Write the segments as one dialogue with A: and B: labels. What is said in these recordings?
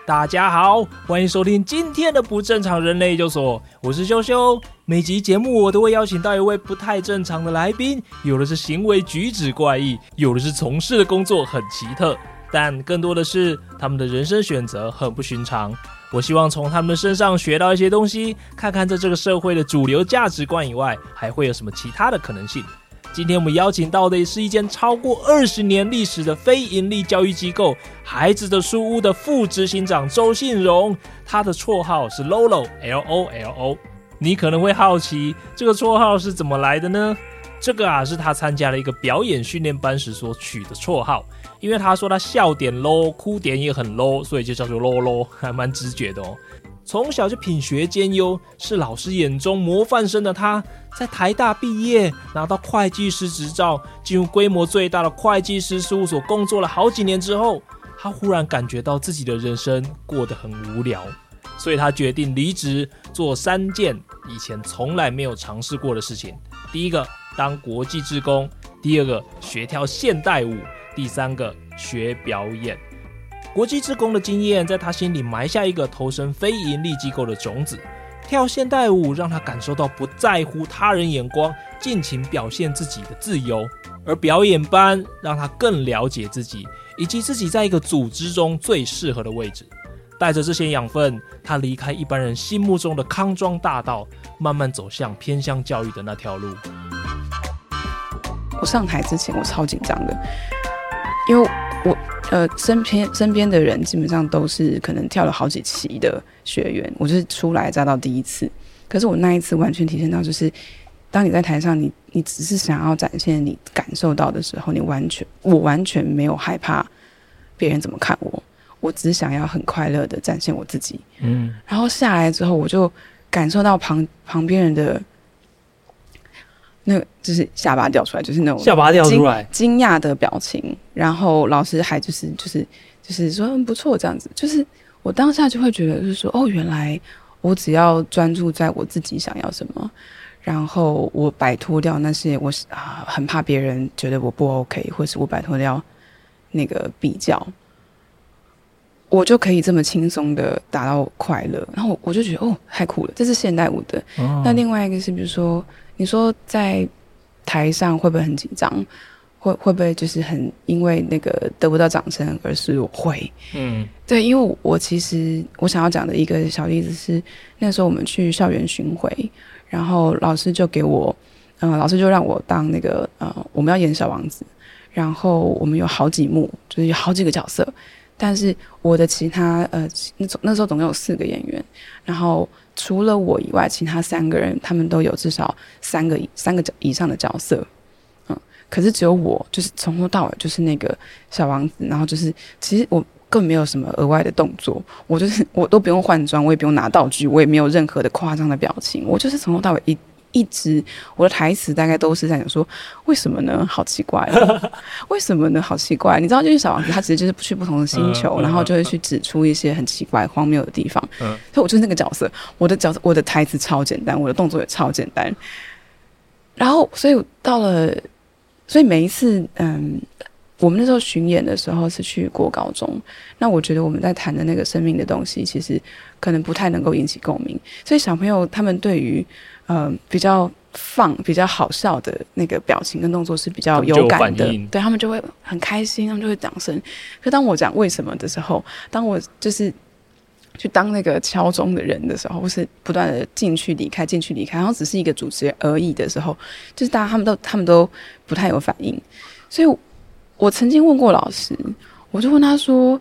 A: 大家好，欢迎收听今天的不正常人类研究所，我是修修。每集节目我都会邀请到一位不太正常的来宾，有的是行为举止怪异，有的是从事的工作很奇特，但更多的是他们的人生选择很不寻常。我希望从他们的身上学到一些东西，看看在这个社会的主流价值观以外，还会有什么其他的可能性。今天我们邀请到的是一间超过20年历史的非营利教育机构孩子的书屋的副执行长周信荣，他的绰号是 Lolo LOLO。 你可能会好奇这个绰号是怎么来的呢？这个是他参加了一个表演训练班时所取的绰号，因为他说他笑点 low 哭点也很 low， 所以就叫做 Lolo， 还蛮直觉的哦。从小就品学兼优，是老师眼中模范生的他，在台大毕业，拿到会计师执照，进入规模最大的会计师事务所工作了好几年之后，他忽然感觉到自己的人生过得很无聊，所以他决定离职，做3件以前从来没有尝试过的事情。第一个，当国际志工；第二个，学跳现代舞；第三个，学表演。国际志工的经验在他心里埋下一个投身非营利机构的种子，跳现代舞让他感受到不在乎他人眼光，尽情表现自己的自由，而表演班让他更了解自己，以及自己在一个组织中最适合的位置。带着这些养分，他离开一般人心目中的康庄大道，慢慢走向偏乡教育的那条路。
B: 我上台之前我超紧张的，因为我身边的人基本上都是可能跳了好几期的学员，我就是初来乍到第一次。可是我那一次完全体现到，就是当你在台上，你只是想要展现你感受到的时候，我完全没有害怕别人怎么看我，我只想要很快乐的展现我自己。然后下来之后，我就感受到旁边人的那个就是下巴掉出来，就是那种
A: 下巴掉出来
B: 惊讶的表情，然后老师还就是说不错这样子，就是我当下就会觉得就是说哦，原来我只要专注在我自己想要什么，然后我摆脱掉那些我很怕别人觉得我不 OK， 或是我摆脱掉那个比较，我就可以这么轻松的达到快乐。然后我就觉得哦，太酷了，这是现代舞的。那另外一个是比如说你说在台上会不会很紧张？会不会就是很因为那个得不到掌声而是我会？对，因为我其实我想要讲的一个小例子是，那时候我们去校园巡回，然后老师就给我，老师就让我当那个我们要演小王子，然后我们有好几幕，就是有好几个角色。但是我的其他那时候总共有4个演员，然后除了我以外，其他3个人他们都有至少3个以上的角色，可是只有我就是从头到尾就是那个小王子，然后就是其实我根本没有什么额外的动作，我都不用换装，我也不用拿道具，我也没有任何的夸张的表情，我就是从头到尾一直我的台词大概都是在讲说为什么呢？好奇怪为什么呢？好奇怪。你知道就是小王子他其实就是去不同的星球，然后就会去指出一些很奇怪荒谬的地方，所以我就是那个角色，我的台词超简单，我的动作也超简单。然后所以每一次我们那时候巡演的时候是去国高中，那我觉得我们在谈的那个生命的东西其实可能不太能够引起共鸣，所以小朋友他们对于比较比较好笑的那个表情跟动作是比较有感的，对，他们就会很开心，他们就会掌声。可当我讲为什么的时候，当我就是去当那个敲钟的人的时候，或是不断的进去离开，然后只是一个主持人而已的时候，就是大家他们都不太有反应。所以我曾经问过老师，我就问他说，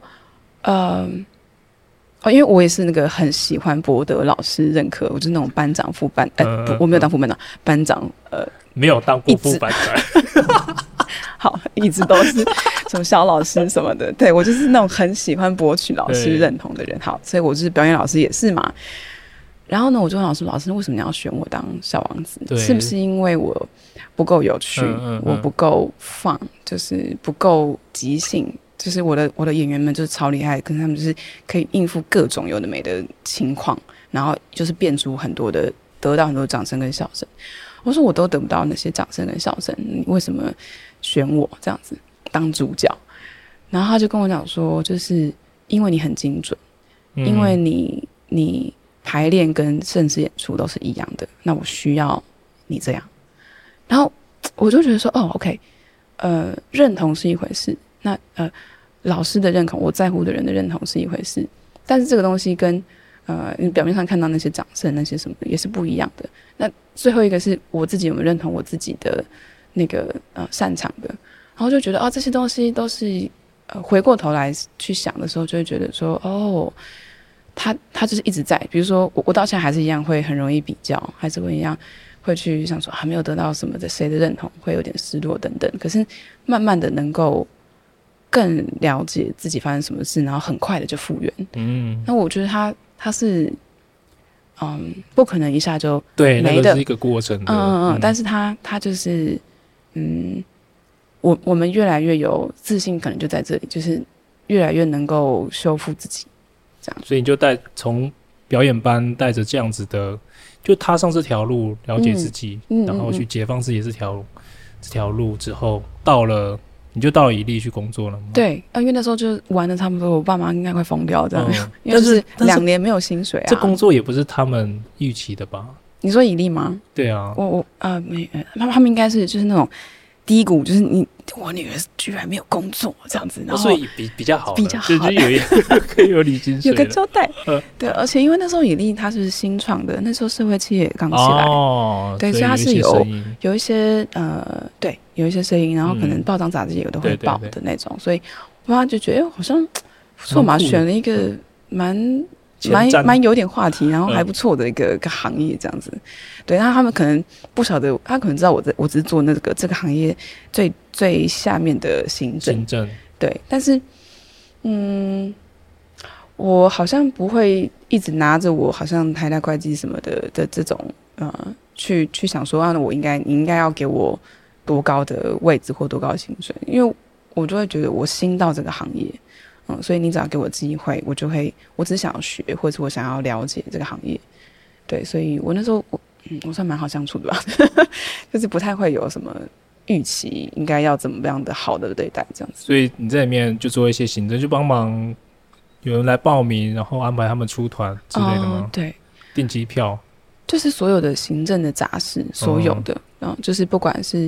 B: 因为我也是那个很喜欢博得老师认可，我就是那种班长副班，我没有当副班长，班长
A: 没有当过副班长，
B: 好，一直都是什么小老师什么的，对，我就是那种很喜欢博取老师认同的人。好，所以我就是表演老师也是嘛。然后呢，我就问老师为什么你要选我当小王子？是不是因为我不够有趣，我不够放，就是不够即兴？就是我的演员们就是超厉害，可是他们就是可以应付各种有的没的情况，然后就是变出得到很多掌声跟笑声。我说我都得不到那些掌声跟笑声，你为什么选我这样子当主角？然后他就跟我讲说，就是因为你很精准， 因为你排练跟正式演出都是一样的，那我需要你这样。然后我就觉得说OK，认同是一回事，那老师的认同，我在乎的人的认同是一回事，但是这个东西跟你表面上看到那些掌声那些什么的也是不一样的。那最后一个是我自己有没有認同我自己的那个擅长的，然后就觉得这些东西都是回过头来去想的时候，就会觉得说他就是一直在，比如说我到现在还是一样会很容易比较，还是会一样会去想说还没有得到什么的谁的认同，会有点失落等等。可是慢慢的能够更了解自己发生什么事，然后很快的就复原。那我觉得他是不可能一下就
A: 对，
B: 没的，
A: 那个是一个过程的。
B: 但是他就是我们越来越有自信，可能就在这里，就是越来越能够修复自己，这样。
A: 所以你就从表演班带着这样子的，就踏上这条路，了解自己，然后去解放自己这条路之后，你就到了以立去工作了吗？
B: 对，因为那时候就玩的差不多，我爸妈应该快疯掉这样，因为是2年没有薪水啊。
A: 这工作也不是他们预期的吧？
B: 你说以立吗？
A: 对啊，
B: 他们应该是就是那种低谷，就是我女儿居然没有工作这样子，然后
A: 所以比较好，
B: 就是
A: 可以有礼金水，
B: 有个交代。对，而且因为那时候以立它是新创的，那时候社会企业刚起来，对，所以它是有一些对，有一些声音，然后可能报章杂志也有的会报的那种，所以我妈就觉得好像不错嘛，选了一个蛮有点话题，然后还不错的一个行业这样子。对，那他们可能不晓得，他可能知道我只是做这个行业最下面的行政。对，但是我好像不会一直拿着我好像台大会计什么的这种去想说你应该要给我多高的位置或多高的薪水，因为我就会觉得我新到这个行业。所以你只要给我机会，我只想要学，或者我想要了解这个行业。对，所以我那时候我算蛮好相处的吧，就是不太会有什么预期应该要怎么样的好的对待这样子。
A: 所以你在里面就做一些行政，就帮忙有人来报名，然后安排他们出团之类的吗？
B: 对，
A: 订机票，
B: 就是所有的行政的杂事，所有的，就是不管是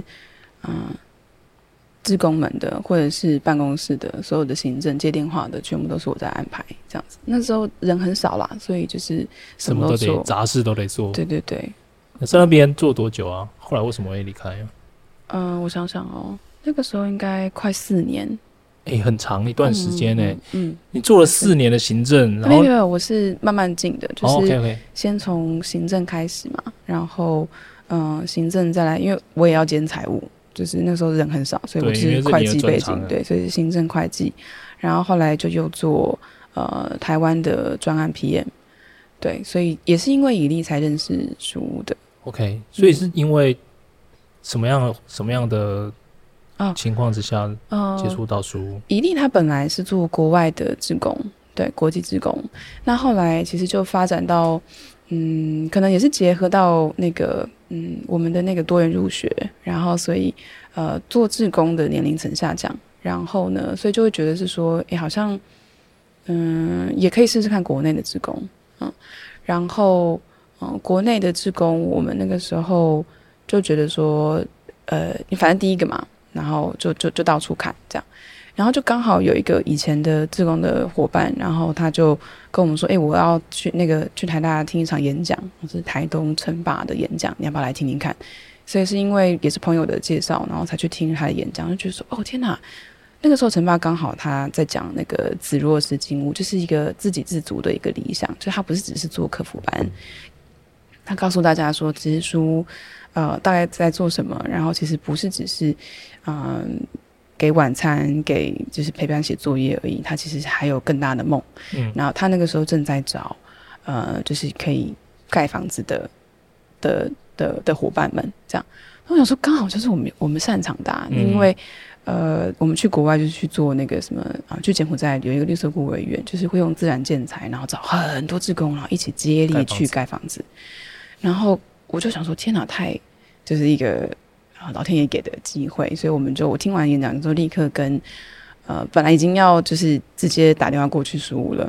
B: 志工们的，或者是办公室的所有的行政接电话的，全部都是我在安排这样子。那时候人很少啦，所以就是什么都做，
A: 杂事都得做。对
B: 对对。
A: 那在那边做多久啊？后来为什么会离开
B: 啊？我想想那个时候应该快4年。
A: 很长一段时间你做了4年的行政，然后
B: 没有，我是慢慢进的，就是先从行政开始嘛，然后行政再来，因为我也要兼财务。就是那时候人很少，所以我是会计背景，对，所以是行政会计，然后后来就又做台湾的专案 PM， 对，所以也是因为以立才认识书屋的。
A: OK， 所以是因为什么样的情况之下接触到书屋？
B: 以立他本来是做国外的志工，对，国际志工，那后来其实就发展到可能也是结合到那个我们的那个多元入学，然后所以做志工的年龄层下降，然后呢，所以就会觉得是说，好像也可以试试看国内的志工，然后国内的志工，我们那个时候就觉得说，反正第一个嘛，然后就到处看这样。然后就刚好有一个以前的志工的伙伴，然后他就跟我们说，我要去台大听一场演讲，是台东称霸的演讲，你要不要来听听看？所以是因为也是朋友的介绍，然后才去听他的演讲，就觉得说，天哪！那个时候陈爸刚好他在讲那个子弱师精悟，就是一个自给自足的一个理想，就他不是只是做客服班，他告诉大家说，其实书大概在做什么，然后其实不是只是给晚餐，给就是陪伴写作业而已，他其实还有更大的梦。然后他那个时候正在找就是可以盖房子的伙伴们这样。我想说刚好就是我们擅长的因为我们去国外就是去做那个什么去柬埔寨有一个绿色孤儿院，就是会用自然建材，然后找很多志工，然后一起接力去盖房子。然后我就想说天哪，太就是一个老天爷给的机会，所以我听完演讲之后立刻跟本来已经要就是直接打电话过去书屋了，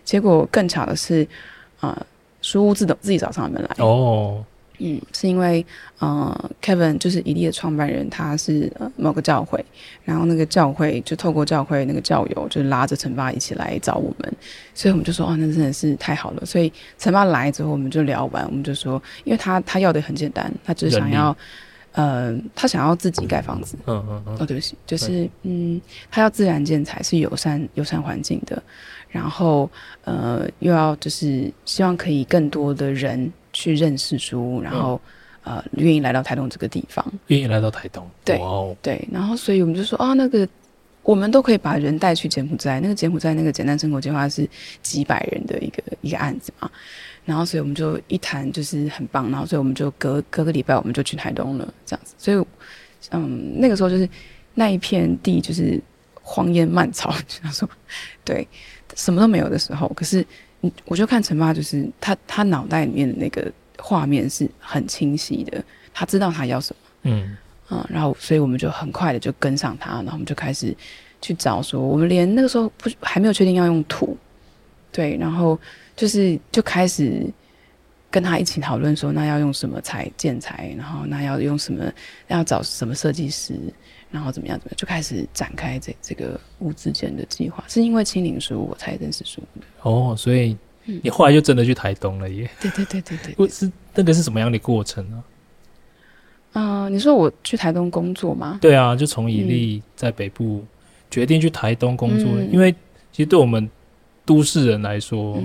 B: 结果更巧的是，书屋自己找上门来。
A: 哦，
B: 是因为Kevin 就是以利的创办人，他是某个教会，然后那个教会就透过教会那个教友就拉着陈爸一起来找我们，所以我们就说那真的是太好了。所以陈爸来之后，我们就聊完，我们就说，因为他要的很简单，他只是想要他想要自己盖房子。对不起，就是他要自然建材，是友善环境的，然后又要就是希望可以更多的人去认识书屋，然后愿意来到台东这个地方，
A: 愿意来到台东，
B: 对、对，然后所以我们就说那个我们都可以把人带去柬埔寨，那个柬埔寨那个简单生活计划是几百人的一个案子嘛，然后所以我们就一谈就是很棒，然后所以我们就隔个礼拜我们就去台东了，这样子，所以那个时候就是那一片地就是荒烟蔓草，就想说对什么都没有的时候，可是我就看陈爸，就是他脑袋里面的那个画面是很清晰的，他知道他要什么，然后所以我们就很快的就跟上他，然后我们就开始去找说，我们连那个时候还没有确定要用土，对，然后就开始跟他一起讨论说，那要用什么建材，然后那要用什么，要找什么设计师，然后怎么样，就开始展开这个物资间的计划。是因为青林书屋我才认识书屋的。
A: 哦，所以你后来就真的去台东了耶？
B: 对。
A: 是那个是什么样的过程呢？
B: 你说我去台东工作吗？
A: 对啊，就从以利在北部决定去台东工作，因为其实对我们都市人来说，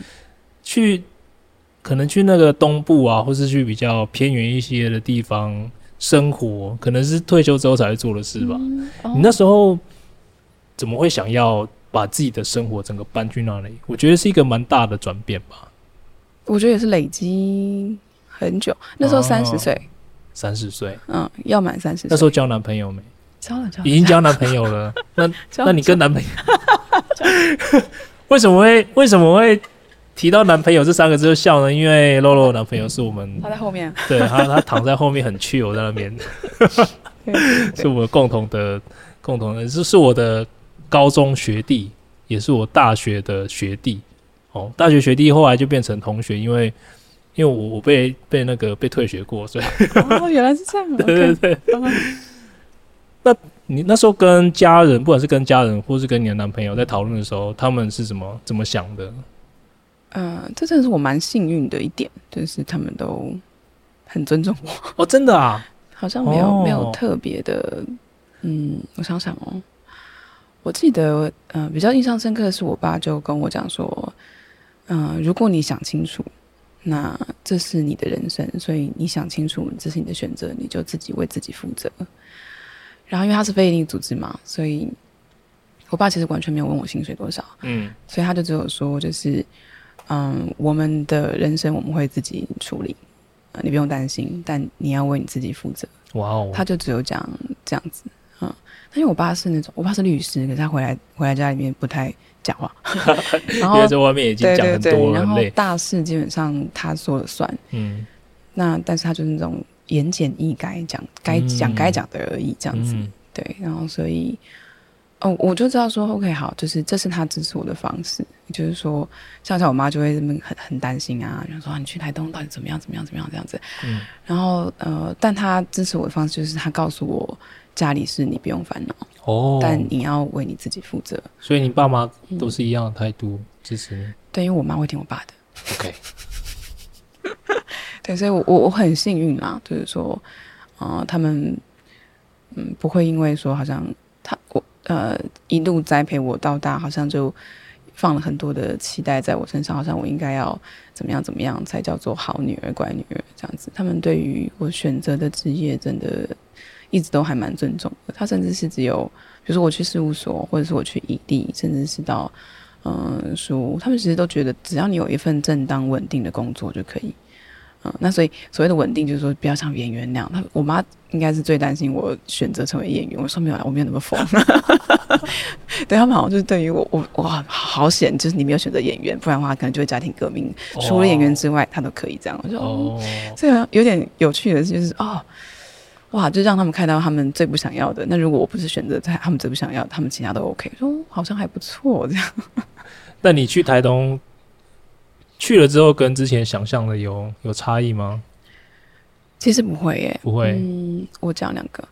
A: 可能去那个东部啊，或是去比较偏远一些的地方生活，可能是退休之后才会做的事吧。你那时候怎么会想要把自己的生活整个搬去那里？我觉得是一个蛮大的转变吧。我
B: 觉得也是累积很久，那时候30岁。
A: 30岁，
B: 要满30岁。
A: 那时候交男朋友没？
B: 交了，
A: 已经交男朋友了。那你跟男朋友为什么会提到男朋友这3个字就笑呢？因为露露男朋友是我们，
B: 他在后面，
A: 对，他躺在后面很chill在那边，是我们共同的，是我的高中学弟，也是我大学的学弟。大学学弟后来就变成同学，因为我被退学过，所以
B: 原来是这样。
A: 对。那你那时候跟家人，不管是跟家人或是跟你的男朋友在讨论的时候，他们是怎么想的？
B: 这真的是我蛮幸运的一点，就是他们都很尊重我。
A: 真的啊？
B: 好像没有特别的，我想想我记得比较印象深刻的是我爸就跟我讲说，如果你想清楚，那这是你的人生，所以你想清楚这是你的选择，你就自己为自己负责。然后因为他是非营利组织嘛，所以我爸其实完全没有问我薪水多少，所以他就只有说就是我们的人生我们会自己处理，你不用担心，但你要为你自己负责。
A: 哇哦！
B: 他就只有讲这样子，因为我爸是律师，可是他回来家里面不太讲话，然后
A: 因为在外面已经讲很多了，
B: 对，然后大事基本上他说了算，那但是他就是那种言简意赅，该讲的而已，这样子，对，然后所以我就知道说 OK 好，就是这是他支持我的方式，就是说像我妈就会很担心啊，然后说你去台东到底怎么样这样子，然后但他支持我的方式就是他告诉我家里是你不用烦恼，但你要为你自己负责。所
A: 以你爸妈都是一样的态度支持你？
B: 对，因为我妈会听我爸的。
A: OK
B: 对，所以我很幸运啦，就是说他们不会因为说好像一路栽培我到大，好像就放了很多的期待在我身上，好像我应该要怎么样才叫做好女儿乖女儿这样子。他们对于我选择的职业真的一直都还蛮尊重的，他甚至是只有比如说我去事务所，或者是我去异地，甚至是到书，他们其实都觉得只要你有一份正当稳定的工作就可以。那所以所谓的稳定就是说不要像演员那样，我妈应该是最担心我选择成为演员，我说没有，我没有那么疯。对，他们好像就是对于我好险，就是你没有选择演员，不然的话可能就会家庭革命，除了演员之外他都可以这样。我说这个有点有趣的是就是哇，就让他们看到他们最不想要的，那如果我不是选择他们最不想要的，他们其他都 OK， 说好像还不错这样。
A: 那你去台东去了之后，跟之前想象的有差异吗？
B: 其实不会耶，
A: 不会。
B: 我讲两个，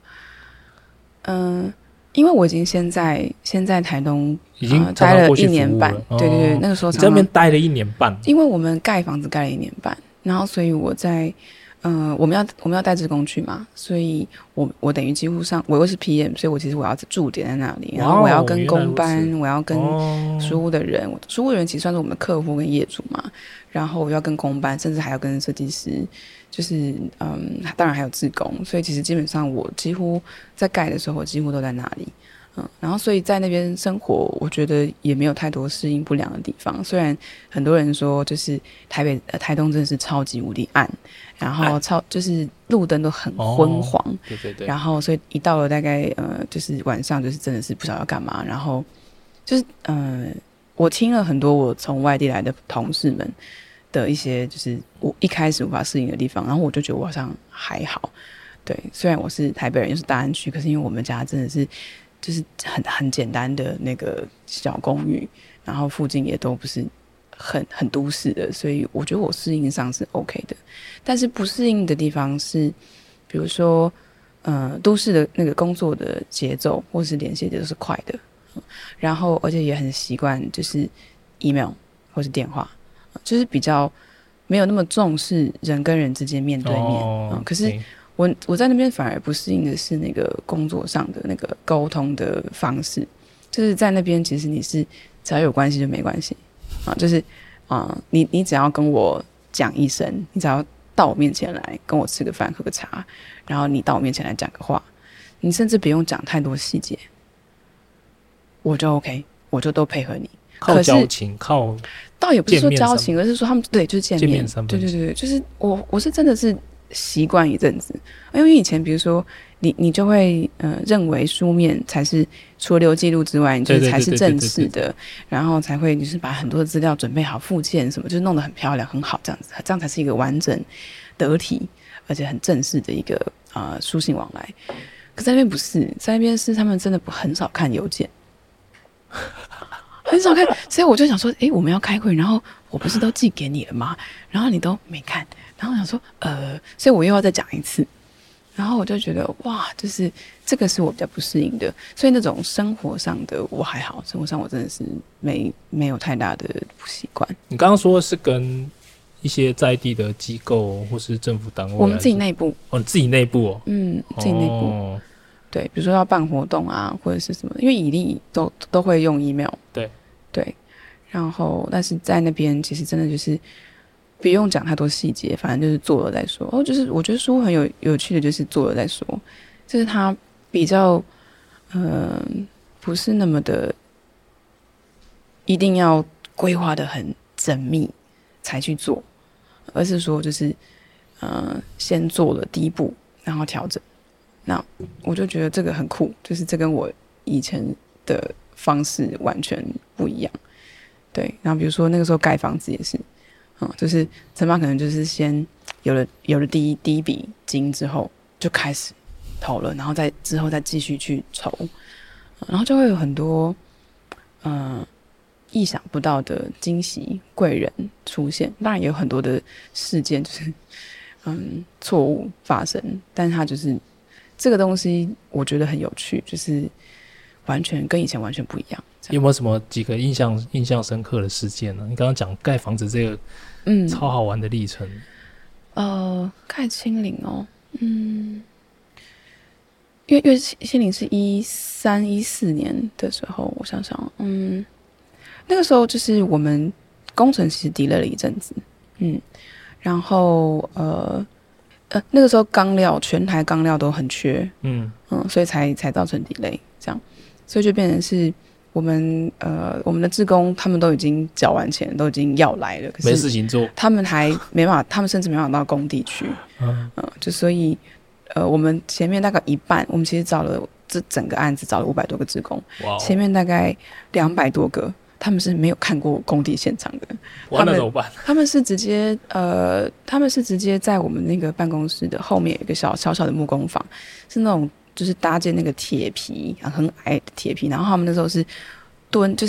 B: 因为我已经先在台东
A: 已经
B: 待了1年半，对对对，那个时候
A: 你在那边待了1年半，
B: 因为我们盖房子盖了1年半，然后所以我在我们要带志工去嘛，所以我等于几乎上我又是 PM， 所以我其实我要驻点在那里，然后我要跟工班，我要跟书屋的人，书屋的人其实算是我们的客户跟业主嘛，然后我要跟工班，甚至还要跟设计师，就是当然还有志工，所以其实基本上我几乎在盖的时候，我几乎都在那里。然后所以在那边生活，我觉得也没有太多适应不良的地方。虽然很多人说，就是台东真的是超级无敌暗，然后就是路灯都很昏黄，
A: 对对对。
B: 然后所以一到了大概就是晚上，就是真的是不知道要干嘛。然后就是我听了很多我从外地来的同事们的一些，就是我一开始无法适应的地方，然后我就觉得我好像还好。对，虽然我是台北人，又是大安区，可是因为我们家真的是。就是很简单的那个小公寓，然后附近也都不是很都市的，所以我觉得我适应上是 OK 的。但是不适应的地方是，比如说都市的那个工作的节奏或是联系节奏是快的，然后而且也很习惯就是 email 或是电话，就是比较没有那么重视人跟人之间面对面。可是我在那边反而不适应的是那个工作上的那个沟通的方式，就是在那边其实你是只要有关系就没关系就是你只要跟我讲一声，你只要到我面前来跟我吃个饭喝个茶，然后你到我面前来讲个话，你甚至不用讲太多细节，我就 OK， 我就都配合你。
A: 靠交情，靠
B: 倒也不是说交情，而是说他们对就是见面
A: 对
B: 对对对，就是我是真的是。习惯一阵子，因为以前比如说你就会认为书面才是除了留记录之外，你就是才是正式的，然后才会就是把很多的资料准备好附件什么，就是弄得很漂亮很好，这样才是一个完整得体而且很正式的一个书信往来。可在那边不是，在那边是他们真的很少看邮件。很少看，所以我就想说，我们要开会，然后我不是都寄给你了吗？然后你都没看，然后我想说，所以我又要再讲一次，然后我就觉得，哇，就是这个是我比较不适应的，所以那种生活上的我还好，生活上我真的是没有太大的不习惯。
A: 你刚刚说是跟一些在地的机构或是政府单位，
B: 我们自己内部，
A: 你自己内部
B: 自己内部。对，比如说要办活动啊，或者是什么，因为以利都会用 email， 对，然后但是在那边其实真的就是不用讲太多细节，反正就是做了再说。就是我觉得书很有趣的，就是做了再说，就是它比较不是那么的一定要规划的很缜密才去做，而是说就是先做了第一步，然后调整。那我就觉得这个很酷，就是这跟我以前的方式完全不一样。对，然后比如说那个时候盖房子也是，就是陈爸可能就是先有了第一笔金之后就开始投了，然后之后再继续去筹，然后就会有很多意想不到的惊喜贵人出现。当然也有很多的事件就是错误发生，但是它就是这个东西我觉得很有趣，就是完全跟以前完全不一样。
A: 有没有什么几个印象深刻的事件呢？你刚刚讲盖房子这个超好玩的历程。
B: 盖清林因为清林是13、14年的时候，我想想，那个时候就是我们工程其实 delay 了一阵子，然后那个时候全台钢料都很缺，所以才造成 delay 这样，所以就变成是我们的志工他们都已经缴完钱，都已经要来了，可是
A: 没事情做，
B: 他们还没办法，他们甚至没办法到工地去，就所以我们前面大概一半，我们其实找了这整个案子找了500多个志工，前面大概200多个。他们是没有看过工地现场的，
A: 那怎么办？
B: 他们是直接在我们那个办公室的后面有一个小的木工房，是那种就是搭建那个铁皮很矮的铁皮，然后他们那时候是就是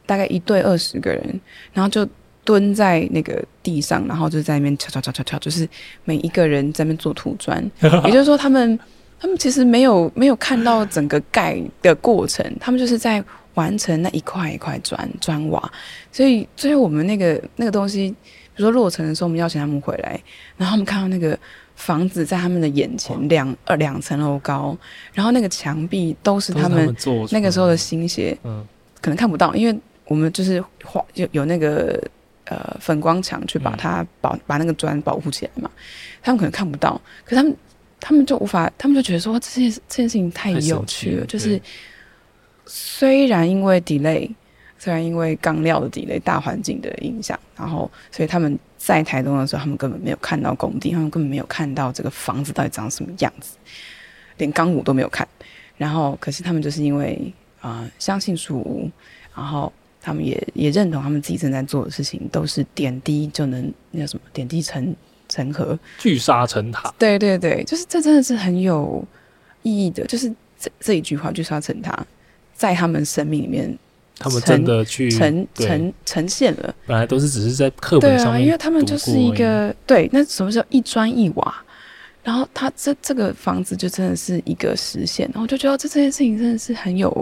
B: 大概一队20个人，然后就蹲在那个地上，然后就在那边敲，就是每一个人在那边做土砖，也就是说他们其实没有看到整个盖的过程，他们就是在完成那一块一块砖瓦，所以最后我们那个东西，比如说落成的时候，我们邀请他们回来，然后他们看到那个房子在他们的眼前两层楼高，然后那个墙壁都是他们那个时候的心血，可能看不到，因为我们就是有那个粉光墙去把它把那个砖保护起来嘛，他们可能看不到，可是他们就无法，他们就觉得说这件事情太有趣了，就是虽然因为 delay， 虽然因为钢料的 delay 大环境的影响，然后所以他们在台东的时候，他们根本没有看到工地，他们根本没有看到这个房子到底长什么样子，连钢骨都没有看，然后可是他们就是因为相信树屋，然后他们也认同他们自己正在做的事情都是点滴就能那叫什么点滴成河，
A: 聚沙成塔。
B: 对对对，就是这真的是很有意义的，就是这一句话聚沙成塔，在他们生命里面，
A: 他们真的去
B: 呈现了。
A: 本来都是只是在课本上面，
B: 因为他们就是一个对，那什么叫一砖一瓦？然后他这个房子就真的是一个实现，然后我就觉得这件事情真的是很有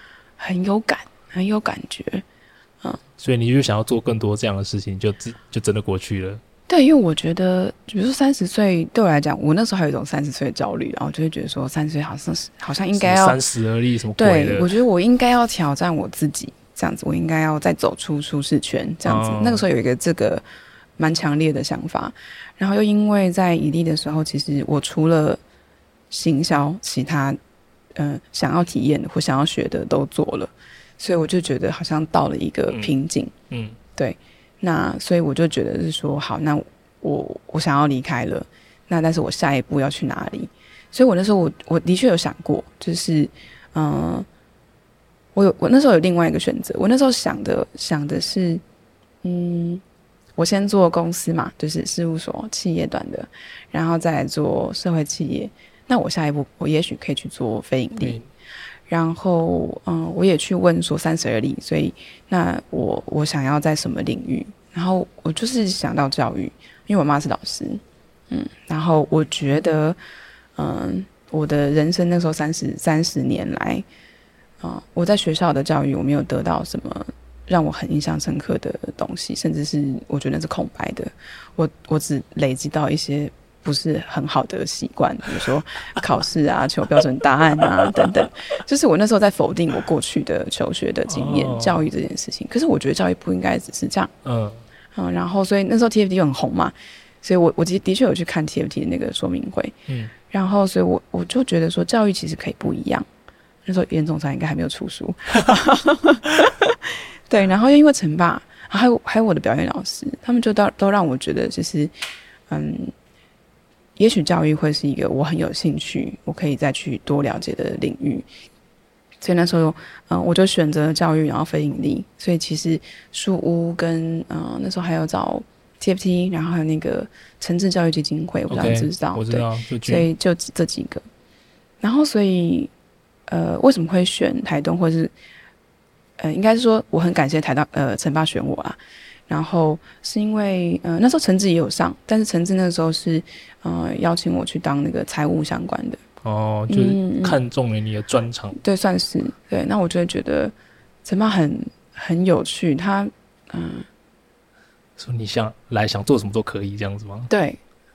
B: 感觉，
A: 所以你就想要做更多这样的事情，就真的过去了。
B: 对，因为我觉得，比如说30岁对我来讲，我那时候还有一种30岁的焦虑，然后就会觉得说30岁好像应该要
A: 30而立什么鬼的。
B: 对，我觉得我应该要挑战我自己，这样子，我应该要再走出舒适圈，这样子。那个时候有一个这个蛮强烈的想法，然后又因为在以利的时候，其实我除了行销，其他想要体验或想要学的都做了，所以我就觉得好像到了一个瓶颈。对。那所以我就觉得是说，好，那我想要离开了，那但是我下一步要去哪里？所以我那时候我的确有想过，就是我那时候有另外一个选择，我那时候想的是，我先做公司嘛，就是事务所企业端的，然后再来做社会企业。那我下一步我也许可以去做非盈利。然后我也去问说30而立，所以那我想要在什么领域？然后我就是想到教育，因为我妈是老师，然后我觉得我的人生那时候30年来，我在学校的教育我没有得到什么让我很印象深刻的东西，甚至是我觉得那是空白的，我只累积到一些不是很好的习惯，比如说考试啊、求标准答案啊等等，就是我那时候在否定我过去的求学的经验、教育这件事情。可是我觉得教育不应该只是这样，然后所以那时候 TFT 又很红嘛，所以我的确有去看 TFT 的那个说明会，然后所以我就觉得说教育其实可以不一样。那时候严总裁应该还没有出书，对，然后又因为陈爸，还有我的表演老师，他们就都让我觉得就是也许教育会是一个我很有兴趣，我可以再去多了解的领域。所以那时候，我就选择了教育，然后非盈利。所以其实树屋跟那时候还有找 TFT， 然后还有那个诚志教育基金会，我不知道你知不知道？
A: 我知道，
B: 对，所以就这几个。然后所以为什么会选台东，或是应该是说我很感谢陈爸选我啦。然后是因为那时候陈志也有上，但是陈志那个时候是邀请我去当那个财务相关的。
A: 就是看中了你的专长。
B: 对，算是对。那我就会觉得陈爸很有趣，他
A: 说你想做什么都可以这样子吗？
B: 对，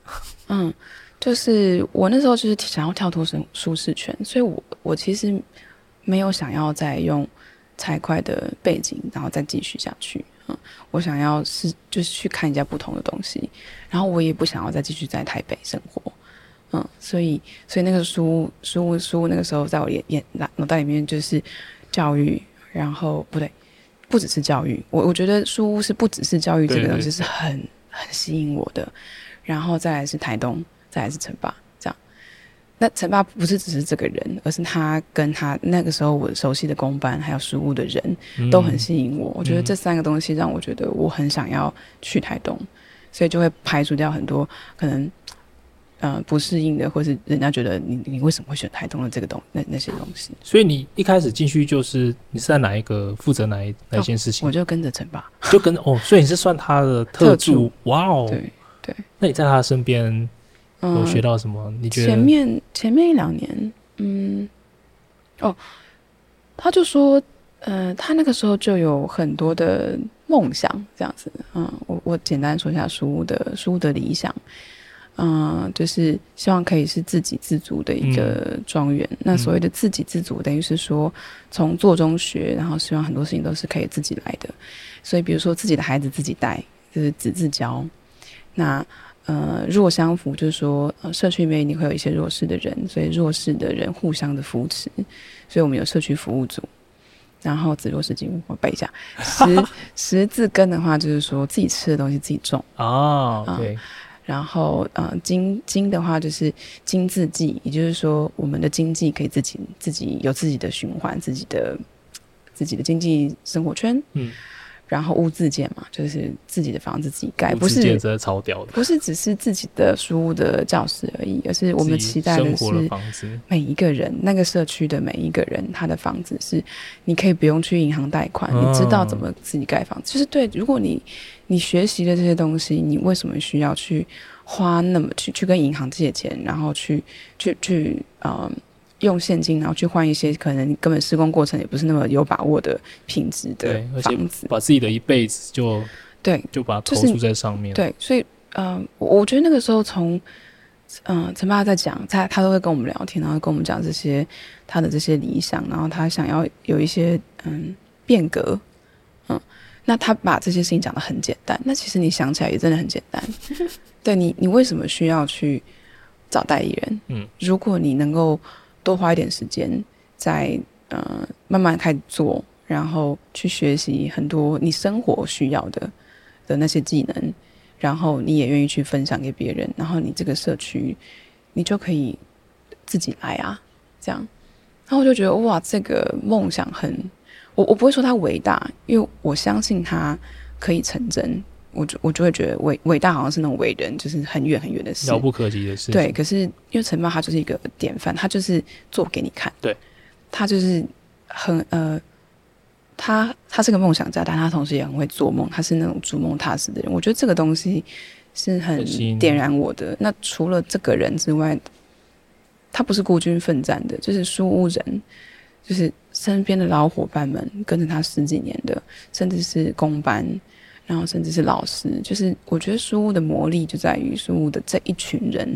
B: 就是我那时候就是想要跳脱舒适圈，所以我其实没有想要再用财会的背景，然后再继续下去。我想要就是去看一下不同的东西，然后我也不想要再继续在台北生活。所以那个书那个时候在我脑袋里面就是教育，然后不只是教育，我觉得书屋是不只是教育这个东西是很吸引我的，然后再来是台东，再来是陈爸这样。那陈爸不是只是这个人，而是他跟他那个时候我熟悉的公班还有书屋的人都很吸引我。我觉得这3个东西让我觉得我很想要去台东，所以就会排除掉很多可能不适应的，或是人家觉得你为什么会选台东的这个那些东西。
A: 所以你一开始进去就是你是在哪一个负责哪一件事情？
B: 我就跟着陈爸，
A: 就跟所以你是算他的特助，哇哦，
B: 对。
A: 那你在他身边有学到什么？你觉得
B: 前面一两年，他就说，他那个时候就有很多的梦想，这样子，我简单说一下书屋的理想。就是希望可以是自给自足的一个庄园。那所谓的自给自足，等于是说从做中学，然后希望很多事情都是可以自己来的。所以比如说自己的孩子自己带，就是子自教。那弱相扶，就是说社区里面一定会有一些弱势的人，所以弱势的人互相的扶持。所以我们有社区服务组。然后子弱势金，我背一下。十字根的话，就是说自己吃的东西自己种
A: 对。
B: 然后经的话就是经自济，也就是说我们的经济可以自己有自己的循环，自己的经济生活圈。然后屋自建嘛，就是自己的房子自己盖，
A: 不是建真的超屌的，
B: 不是只是自己的书屋的教室而已，而是我们期待的是每一个人，那个社区的每一个人，他的房子是你可以不用去银行贷款，你知道怎么自己盖房子。就是对，如果你学习了这些东西，你为什么需要去花那么去跟银行借钱，然后去用现金，然后去换一些可能根本施工过程也不是那么有把握的品质的房子，
A: 把自己的一辈子就把它投注在上面。
B: 对，所以我觉得那个时候从陈爸在讲，他都会跟我们聊天，然后跟我们讲这些他的这些理想，然后他想要有一些变革，那他把这些事情讲得很简单，那其实你想起来也真的很简单。对你为什么需要去找代理人？如果你能够多花一点时间在慢慢开始做，然后去学习很多你生活需要的那些技能，然后你也愿意去分享给别人，然后你这个社区你就可以自己来啊，这样。然后我就觉得哇，这个梦想我不会说它伟大，因为我相信它可以成真。我就会觉得伟大好像是那种伟人，就是很远很远的事，
A: 遥不可及的事情。
B: 对，可是因为陈爸他就是一个典范，他就是做给你看。对，他就是很他是个梦想家，但他同时也很会做梦，他是那种逐梦踏实的人。我觉得这个东西是很点燃我的。那除了这个人之外，他不是孤军奋战的，就是书屋人，就是身边的老伙伴们跟着他10几年的，甚至是工班。然后甚至是老师，就是我觉得书屋的魔力就在于书屋的这一群人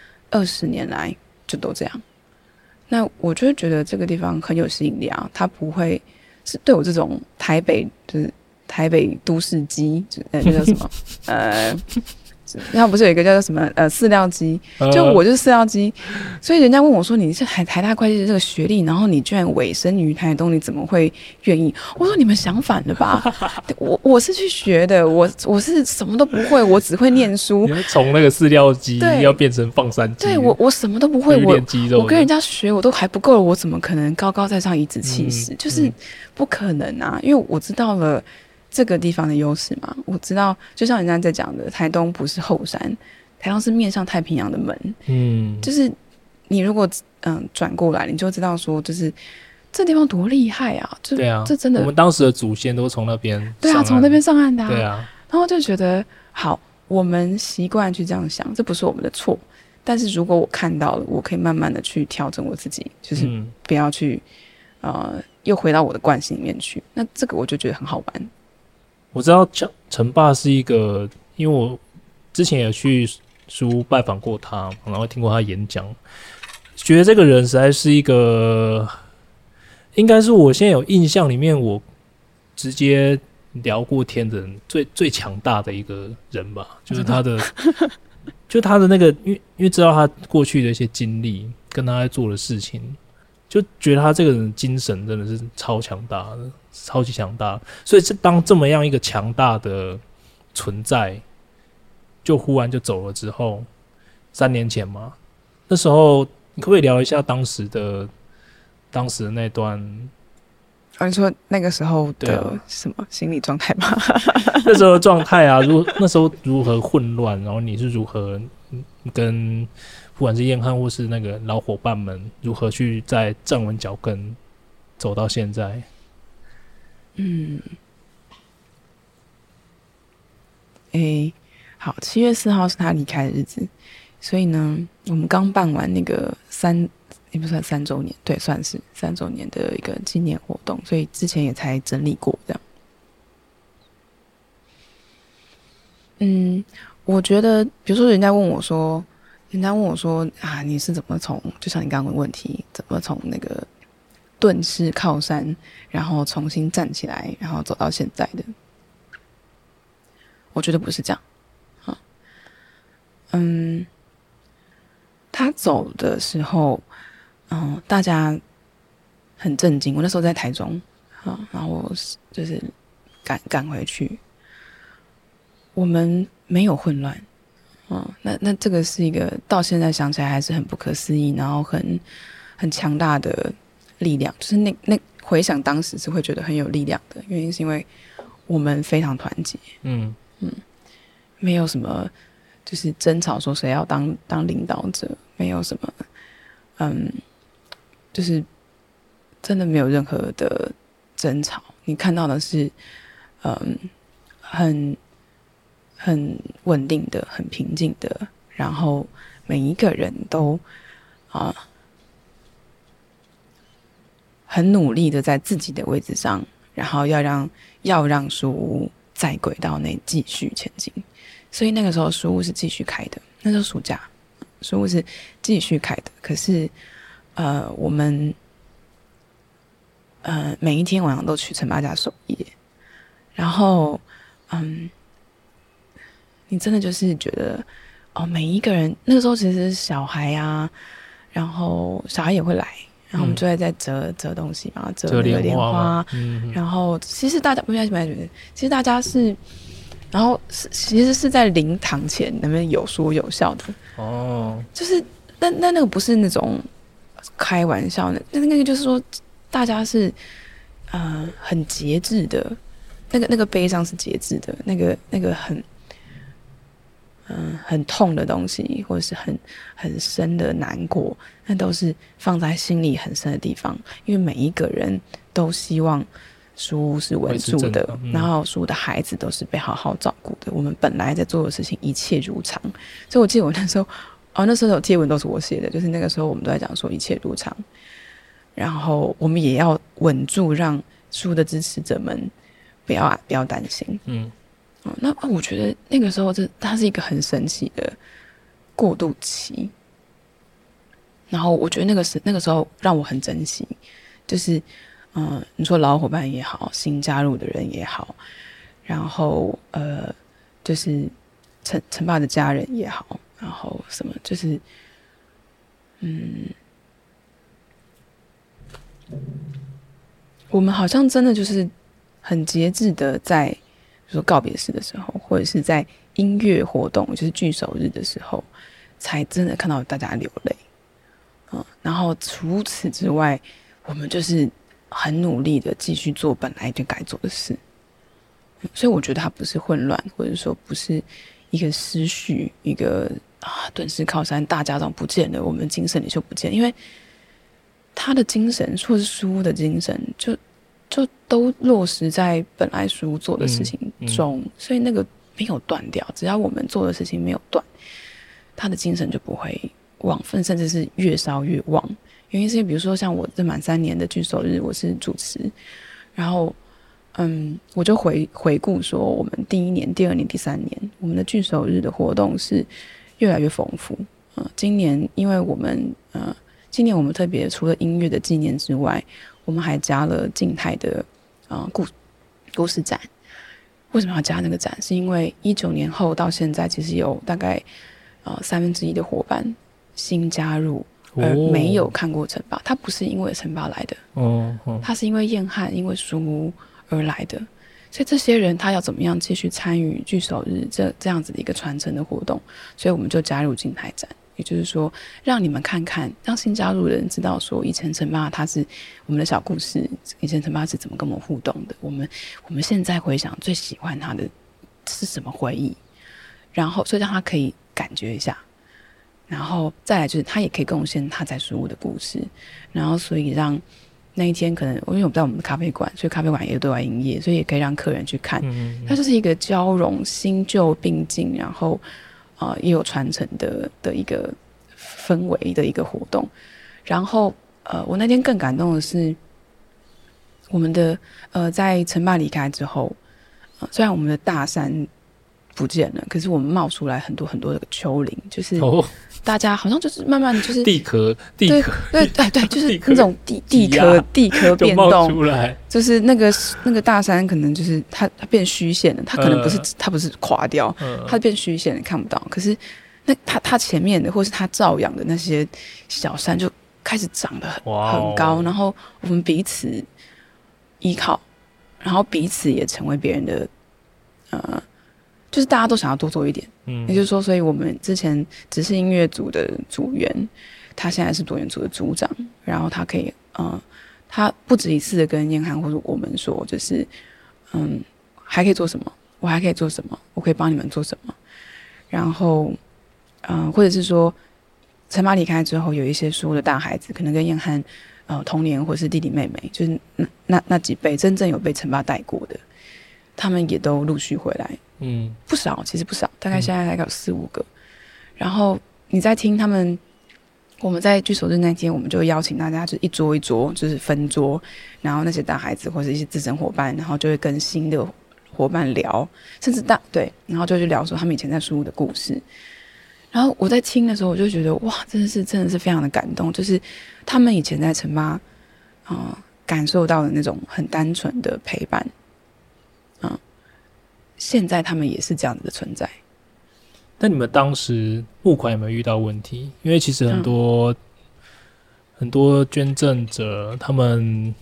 B: 20年来就都这样。那我就会觉得这个地方很有吸引力啊，它不会是对我这种台北都市鸡，那叫什么然后不是有一个叫做什么饲料鸡，就我就是饲料鸡，所以人家问我说你是台大会计的这个学历，然后你居然委身于台东，你怎么会愿意？我说你们想反了吧，我是去学的，我是什么都不会，我只会念书。
A: 从那个饲料鸡要变成放山鸡，
B: 对我什么都不会，我跟人家学我都还不够了，我怎么可能高高在上颐指气使？就是不可能啊，因为我知道了这个地方的优势嘛，我知道，就像人家在讲的，台东不是后山，台东是面向太平洋的门。就是你如果转过来，你就知道说，就是这地方多厉害啊！
A: 对啊，
B: 这真的，
A: 我们当时的祖先都从那边
B: 对啊，从那边上岸的。
A: 对啊，
B: 然后就觉得好，我们习惯去这样想，这不是我们的错。但是如果我看到了，我可以慢慢的去调整我自己，就是不要去又回到我的惯性里面去。那这个我就觉得很好玩。
A: 我知道陈爸是一个，因为我之前也去书屋拜访过他，然后听过他演讲，觉得这个人实在是一个，应该是我现在有印象里面我直接聊过天的人最强大的一个人吧，就是他的，就他的那个，因为知道他过去的一些经历，跟他在做的事情，就觉得他这个人的精神真的是超强大的。超级强大，所以当这么样一个强大的存在，就忽然就走了之后，3年前嘛，那时候你可不可以聊一下当时的那段？
B: 你说那个时候的什么心理状态吗？
A: 那时候的状态啊，那时候如何混乱，然后你是如何跟不管是燕汉或是那个老伙伴们如何去再站稳脚跟走到现在。
B: 好，7月4号是他离开的日子，所以呢，我们刚办完那个也不算3周年，对，算是3周年的一个纪念活动，所以之前也才整理过这样。我觉得，比如说人家问我说啊，你是怎么从，就像你刚刚的问题，怎么从那个遁世靠山，然后重新站起来，然后走到现在的？我觉得不是这样。他走的时候，大家很震惊。我那时候在台中，然后我就是赶回去，我们没有混乱。那这个是一个到现在想起来还是很不可思议，然后很强大的力量。就是那回想当时是会觉得很有力量的原因，是因为我们非常团结。没有什么就是争吵说谁要当领导者，没有什么就是真的没有任何的争吵。你看到的是很稳定的，很平静的，然后每一个人都很努力的在自己的位置上，然后要让书屋在轨道内继续前进。所以那个时候书屋是继续开的，那时候暑假书屋是继续开的。可是我们每一天晚上都去陈爸家守夜，然后你真的就是觉得每一个人那个时候其实小孩啊，然后小孩也会来，然后我们就会在折东西嘛，折那个莲花，然后其实大家不要觉得，其实大家是。然后其实是在灵堂前那边有说有笑的就是那个不是那种开玩笑的，那个就是说大家是很节制的，那个悲伤是节制的，那个很痛的东西，或者是很深的难过，那都是放在心里很深的地方，因为每一个人都希望书屋是稳住的，然后书屋的孩子都是被好好照顾的。我们本来在做的事情一切如常，所以我记得我那时候，那时候有贴文都是我写的，就是那个时候我们都在讲说一切如常，然后我们也要稳住，让书屋的支持者们不要担心。那我觉得那个时候它是一个很神奇的过渡期，然后我觉得那个时候让我很珍惜，就是你说老伙伴也好，新加入的人也好，然后就是陈爸的家人也好，然后什么就是我们好像真的就是很节制的在比如说告别式的时候，或者是在音乐活动就是聚首日的时候，才真的看到大家流泪。然后除此之外，我们就是很努力的继续做本来就该做的事。所以我觉得它不是混乱，或者说不是一个失序，一个遁世靠山，大家长不见了，我们精神领袖不见了，因为他的精神或是书屋的精神就都落实在本来书屋做的事情中，所以那个没有断掉，只要我们做的事情没有断，他的精神就不会旺分，甚至是越烧越旺。原因是因为比如说像我这满3年的聚首日，我是主持，然后我就回顾说我们第1年、第2年、第3年，我们的聚首日的活动是越来越丰富。今年因为今年我们特别除了音乐的纪念之外，我们还加了静态的故事展。为什么要加那个展？是因为19年后到现在，其实有大概1/3的伙伴新加入，而没有看过陈爸。他不是因为陈爸来的，他是因为燕汉、因为书屋而来的。所以这些人他要怎么样继续参与聚首日这样子的一个传承的活动？所以我们就加入静态展。也就是说，让你们看看，让新加入的人知道说，以前陈爸他是我们的小故事，以前陈爸是怎么跟我们互动的。我们现在回想最喜欢他的是什么回忆，然后所以让他可以感觉一下， 然后再来就是他也可以贡献他在书屋的故事，然后所以让那一天可能因为我们在我们的咖啡馆，所以咖啡馆也对外营业，所以也可以让客人去看。它就是一个交融新旧并进，然后也有传承的一个氛围的一个活动。然后我那天更感动的是，我们的在陈爸离开之后，虽然我们的大山不见了，可是我们冒出来很多很多的丘陵，就是大家好像就是慢慢就是
A: 地壳，
B: 对，就是那种地壳变动
A: 出来，
B: 就是那个大山可能就是它变虚线了，它可能它不是垮掉，它变虚线了看不到，可是那它前面的或是它照养的那些小山就开始长得很高，然后我们彼此依靠，然后彼此也成为别人的就是大家都想要多做一点，也就是说，所以我们之前只是音乐组的组员，他现在是多元组的组长，然后他可以，他不止一次的跟燕涵或者我们说，就是，还可以做什么，我还可以做什么，我可以帮你们做什么，然后，或者是说，陈妈离开之后，有一些所有的大孩子，可能跟燕涵，同年或是弟弟妹妹，就是那几辈真正有被陈爸带过的，他们也都陆续回来。不少，其实不少，大概现在大概有4-5个。然后你在听他们，我们在聚首日那天，我们就邀请大家，就一桌一桌，就是分桌，然后那些大孩子或者一些资深伙伴，然后就会跟新的伙伴聊，甚至对，然后就去聊说他们以前在书屋的故事。然后我在听的时候，我就觉得哇，真的是非常的感动，就是他们以前在陈妈，感受到的那种很单纯的陪伴，现在他们也是这样子的存在。
A: 那你们当时募款有没有遇到问题？因为其实很多捐赠者，他们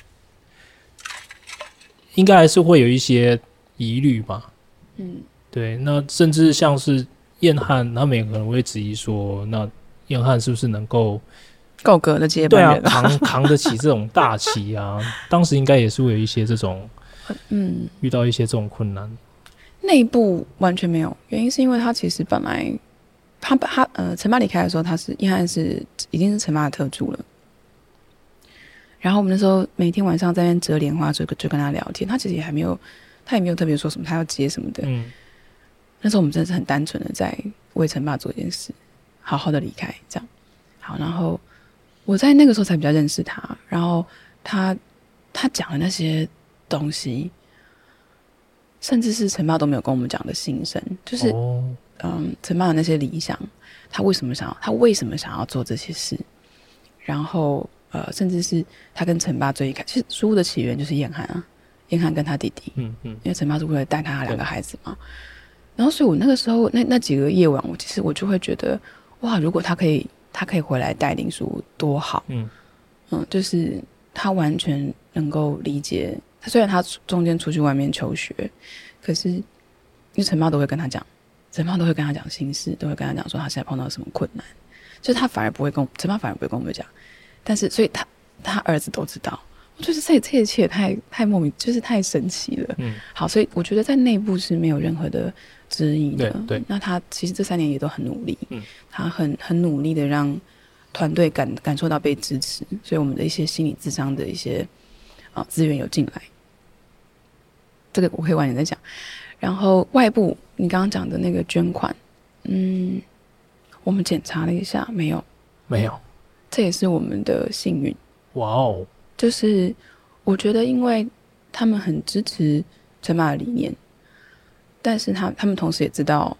A: 应该还是会有一些疑虑吧。对。那甚至像是燕翰，他们也可能会质疑说，那燕翰是不是能够
B: 格的接班人？
A: 对啊，扛得起这种大旗啊？当时应该也是会有一些这种，遇到一些这种困难。
B: 内部完全没有，原因是因为他其实本来陈爸离开的时候，燕翰已经是陈爸的特助了。然后我们那时候每天晚上在那边折莲花，就跟他聊天。他其实他也没有特别说什么，他要接什么的。那时候我们真的是很单纯的在为陈爸做一件事，好好的离开这样。好，然后我在那个时候才比较认识他，然后他讲的那些东西。甚至是陈爸都没有跟我们讲的心声，就是陈爸的那些理想，他为什么想要做这些事，然后甚至是他跟陈爸最一开始，其实书屋的起源就是燕翰燕翰跟他弟弟，因为陈爸是为了带他2个孩子嘛，然后所以我那个时候那几个夜晚，我就会觉得哇，如果他可以回来带领书屋多好，就是他完全能够理解。虽然他中间出去外面求学，可是因为陈爸都会跟他讲，心事，都会跟他讲说他现在碰到什么困难，就是陈爸反而不会跟我们讲，但是所以他儿子都知道，我觉得这一切太莫名，就是太神奇了。好，所以我觉得在内部是没有任何的质疑的。对，那他其实这3年也都很努力，他很努力的让团队感受到被支持，所以我们的一些心理咨商的一些资源有进来。这个我可以晚点再讲。然后外部你刚刚讲的那个捐款，我们检查了一下，没有，这也是我们的幸运。
A: 哇哦！
B: 就是我觉得，因为他们很支持陈爸的理念，但是他们同时也知道，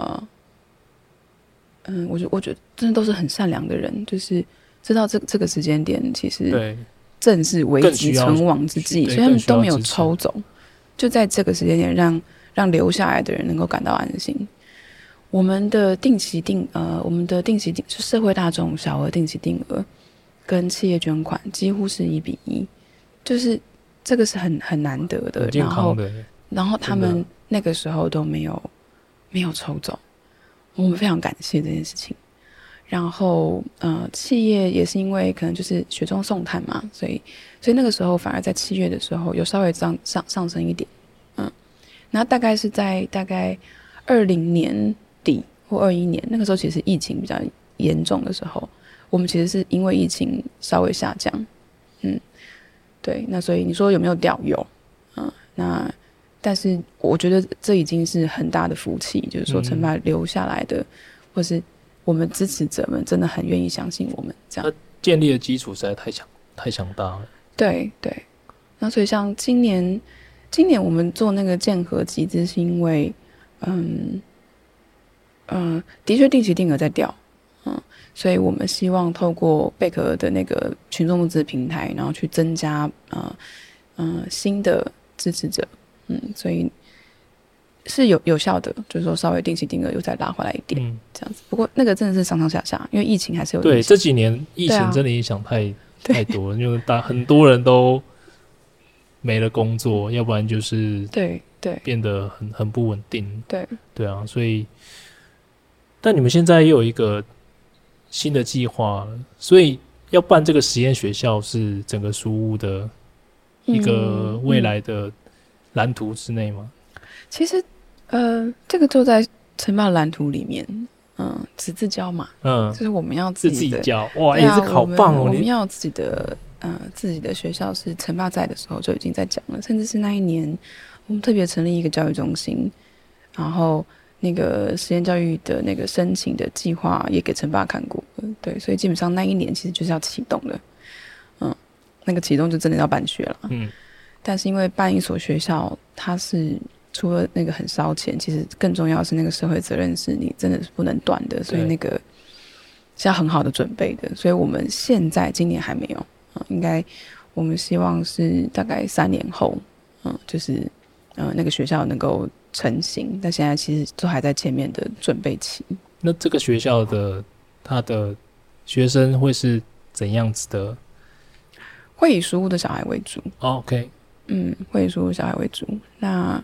B: 我觉得真的都是很善良的人，就是知道这个时间点其实正是危急存亡之际，所以他们都没有抽走。就在这个时间点让留下来的人能够感到安心。我们的定期就社会大众小额定期定额跟企业捐款几乎是1:1，就是这个是很难得的，
A: 很健康的。
B: 然后他们那个时候都没有抽走，我们非常感谢这件事情。然后企业也是因为可能就是雪中送炭嘛，所以那个时候反而在7月的时候有稍微上升一点，然后大概是在2020年底或21年，那个时候其实疫情比较严重的时候，我们其实是因为疫情稍微下降，对，那所以你说有没有掉？有，那但是我觉得这已经是很大的福气，就是说成爸留下来的，或是我们支持者们真的很愿意相信我们，这样
A: 建立的基础实在太强大了。
B: 对对，那所以像今年我们做那个建和集资，是因为的确定期定额在掉，所以我们希望透过贝壳的那个群众募资平台，然后去增加新的支持者，所以是有效的，就是说稍微定期定额又再拉回来一点，这样子。不过那个真的是上上下下，因为疫情还是有影响。
A: 对，这几年疫情真的影响太多了，因为很多人都没了工作，要不然就是
B: 对
A: 变得很不稳定。对啊，所以但你们现在又有一个新的计划了，所以要办这个实验学校是整个书屋的一个未来的蓝图之内吗？
B: 其实这个就在成爸蓝图里面，十字交嘛，就是我们要自己
A: 教，哇，这个好棒哦！
B: 我们要自己的学校是成爸在的时候就已经在讲了，甚至是那一年我们特别成立一个教育中心，然后那个实验教育的那个申请的计划也给成爸看过，对，所以基本上那一年其实就是要启动了，那个启动就真的要办学了，但是因为办一所学校，它是除了那个很烧钱，其实更重要的是那个社会责任是你真的是不能断的，所以那个是要很好的准备的。所以我们现在今年还没有，应该我们希望是大概3年后，就是那个学校能够成型。但现在其实都还在前面的准备期。
A: 那这个学校的他的学生会是怎样子的？
B: 会以书屋的小孩为主。
A: OK。
B: 会以书屋小孩为主。那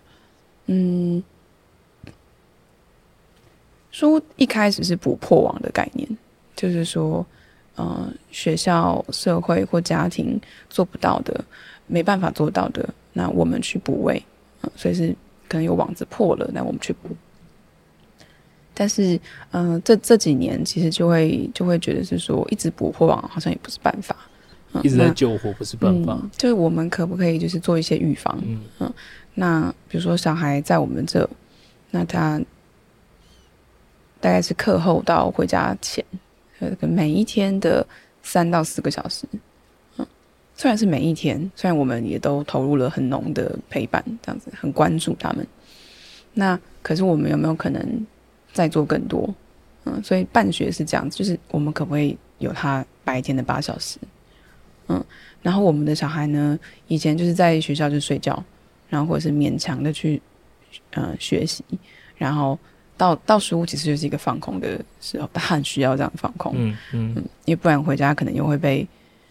B: 书一开始是补破网的概念，就是说，学校、社会或家庭做不到的、没办法做到的，那我们去补位，所以是可能有网子破了，那我们去补。但是，这几年其实就会觉得是说，一直补破网好像也不是办法。
A: 一直在救火不是办法，
B: 就是我们可不可以就是做一些预防？那比如说小孩在我们这，那他大概是课后到回家前，每一天的3到4个小时，虽然是每一天，虽然我们也都投入了很浓的陪伴，这样子很关注他们，那可是我们有没有可能再做更多？所以办学是这样子，就是我们可不可以有他白天的8小时？然后我们的小孩呢，以前就是在学校就睡觉，然后或者是勉强的去学习，然后到书屋其实就是一个放空的时候，他很需要这样放空，因为不然回家可能又会被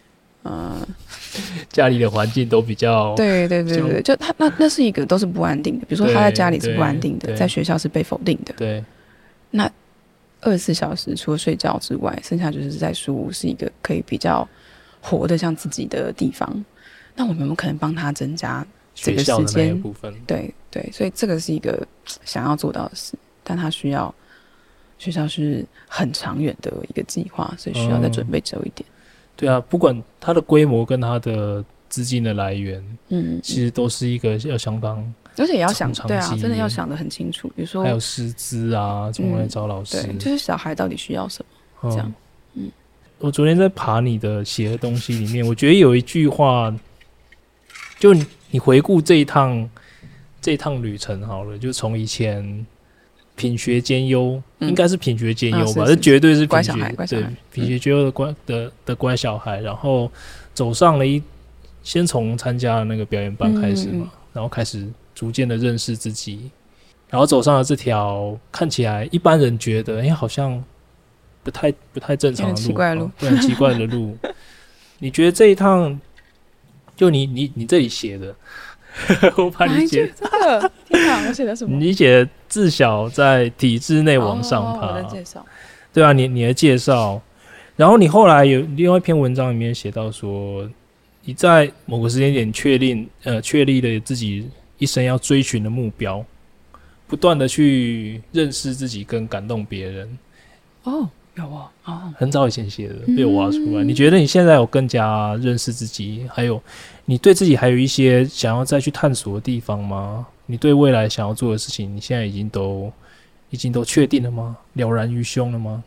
A: 家里的环境都比较
B: 对，就他那是一个都是不安定的，比如说他在家里是不安定的，在学校是被否定的，
A: 对，
B: 那24小时除了睡觉之外，剩下就是在书屋是一个可以比较活得像自己的地方，那我们有没有可能帮他增加这个时间
A: 部分？对，
B: 所以这个是一个想要做到的事，但他需要学校是很长远的一个计划，所以需要再准备久一点。
A: 对啊，不管它的规模跟它的资金的来源，其实都是一个要相当，
B: 而且也要想，对啊，真的要想得很清楚。比如说，
A: 还有师资啊，怎么来找老师？
B: 对，就是小孩到底需要什么，这样。
A: 我昨天在爬你的写的东西里面，我觉得有一句话，就你回顾这一趟旅程好了，就从以前品学兼优，应该是品学兼优吧，这绝对是
B: 乖小孩，
A: 对，品学兼优的乖小孩，然后走上了先从参加那个表演班开始嘛，然后开始逐渐的认识自己，然后走上了这条看起来一般人觉得好像不太正常的路，
B: 奇怪的路，
A: 很奇怪的路。你觉得这一趟，就你这里写的，我把你写
B: 这个，天哪，我写的什么？
A: 你写的自小在体制内往上爬，
B: 我的介绍，
A: 对啊，你的介绍，然后你后来有另外一篇文章里面写到说，你在某个时间点确立了自己一生要追寻的目标， 不断的去认识自己跟感动别人。
B: 哦，有哦，哦，
A: 很早以前写的被我挖出来。你觉得你现在有更加认识自己，还有你对自己还有一些想要再去探索的地方吗？你对未来想要做的事情，你现在已经都确定了吗？了然于胸了吗？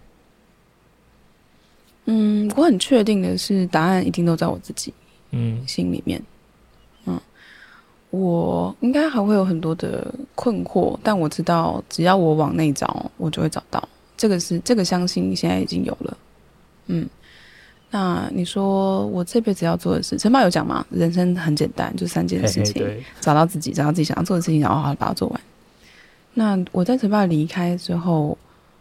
B: 我很确定的是，答案一定都在我自己心里面。我应该还会有很多的困惑，但我知道只要我往内找，我就会找到。这个相信现在已经有了。那你说我这辈子要做的事，陈爸有讲吗？人生很简单，就3件事情：
A: 嘿嘿，
B: 找到自己想要做的事情，然后好好把它做完。那我在陈爸离开之后，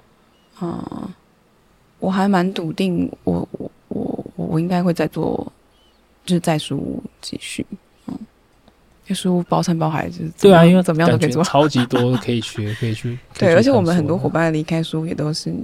B: 我还蛮笃定我应该会再做，就是在书屋继续。书屋包山包海，就是
A: 对啊，因为
B: 怎么样都可以做，
A: 超级多可以学，可以去。
B: 对，而且我们很多伙伴离开书屋也都是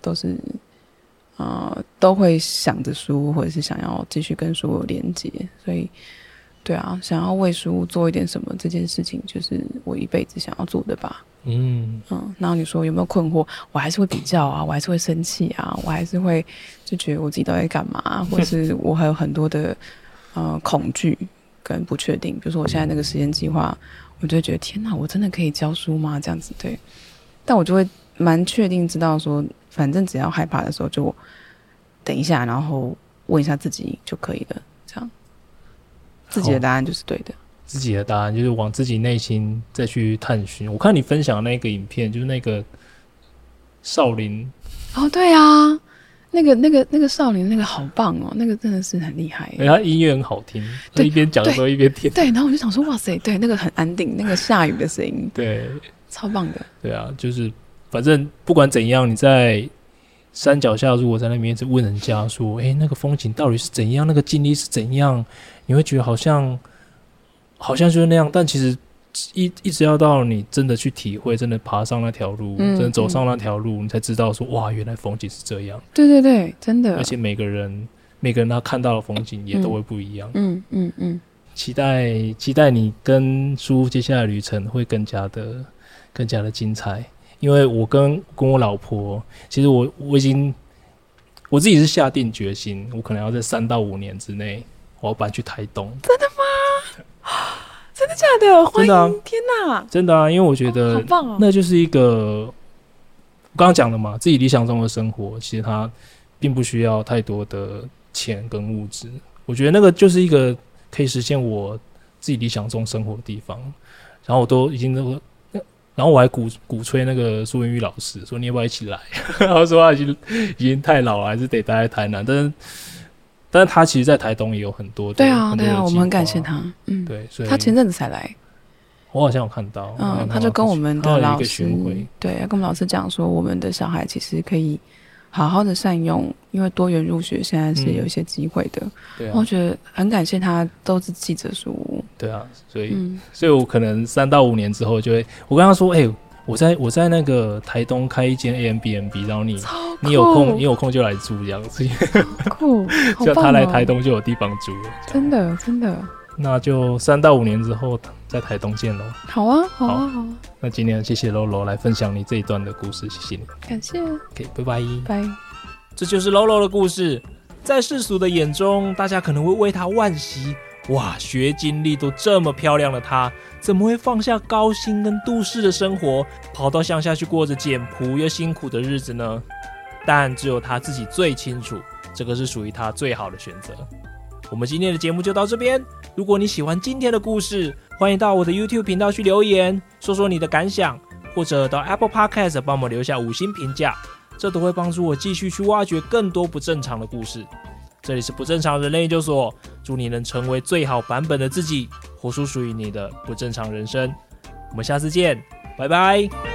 B: 都会想着书，或者是想要继续跟书有连接，所以对啊，想要为书做一点什么，这件事情就是我一辈子想要做的吧。然后你说有没有困惑？我还是会比较啊，我还是会生气啊，我还是会就觉得我自己到底在干嘛，或者是我还有很多的恐惧跟不确定。比如说我现在那个实验计划，我就会觉得天哪，我真的可以教书吗？这样子对，但我就会蛮确定知道说，反正只要害怕的时候就等一下，然后问一下自己就可以了，这样自己的答案就是对的。
A: 自己的答案就是往自己内心再去探寻。我看你分享的那个影片，就是那个少林。
B: 哦，对啊，那个少林那个好棒哦，那个真的是很厉害。
A: 他音乐很好听，他一边讲的时候一边听。
B: 对，然后我就想说，哇塞，对，那个很安定，那个下雨的声音，
A: 对，
B: 超棒的。
A: 对啊，就是反正不管怎样，你在山脚下，如果在那边一直问人家说，那个风景到底是怎样，那个经历是怎样，你会觉得好像就是那样，但其实一直要到你真的去体会，真的爬上那条路，真的走上那条路，你才知道说，哇，原来风景是这样。对对对，真的。而且每个人他看到的风景也都会不一样。期待你跟书接下来的旅程会更加的精彩。因为我跟我老婆，其实我已经我自己是下定决心，我可能要在3到5年之内，我要搬去台东。真的吗？
B: 真的假的？欢迎！
A: 真的啊，
B: 天哪！
A: 真的啊，因为我觉得，
B: 好棒哦！
A: 那就是一个我刚刚讲的嘛，自己理想中的生活，其实它并不需要太多的钱跟物质。我觉得那个就是一个可以实现我自己理想中生活的地方。然后我都已经然后我还鼓吹那个苏文玉老师说你要不要一起来？然后说他已经太老了，还是得待在台南。但是他其实，在台东也有很多的。对啊，
B: 我们很感谢他。对，所以他前阵子才来，
A: 我好像有看到。
B: 他就跟我们的老师，对，要跟我们老师讲说，我们的小孩其实可以好好的善用，因为多元入学现在是有一些机会的。对啊，我觉得很感谢他，都是记者书屋。对啊，所以我可能3到5年之后就会，我跟他说，我在那个台东开一间 AMBNB， 然后你有空就来住这样子。酷，好棒哦！叫他来台东就有地方住了。真的。那就3到5年之后在台东见喽。好啊。那今天谢谢 Lolo 来分享你这一段的故事，谢谢你，感谢。OK， 拜拜。这就是 Lolo 的故事。在世俗的眼中，大家可能会为他惋惜。哇，学经历都这么漂亮的他，怎么会放下高薪跟都市的生活，跑到乡下去过着简朴又辛苦的日子呢？但只有他自己最清楚，这个是属于他最好的选择。我们今天的节目就到这边。如果你喜欢今天的故事，欢迎到我的 YouTube 频道去留言，说说你的感想，或者到 Apple Podcast 帮我们留下5星评价，这都会帮助我继续去挖掘更多不正常的故事。这里是不正常人类研究所，祝你能成为最好版本的自己，活出属于你的不正常人生。我们下次见，拜拜。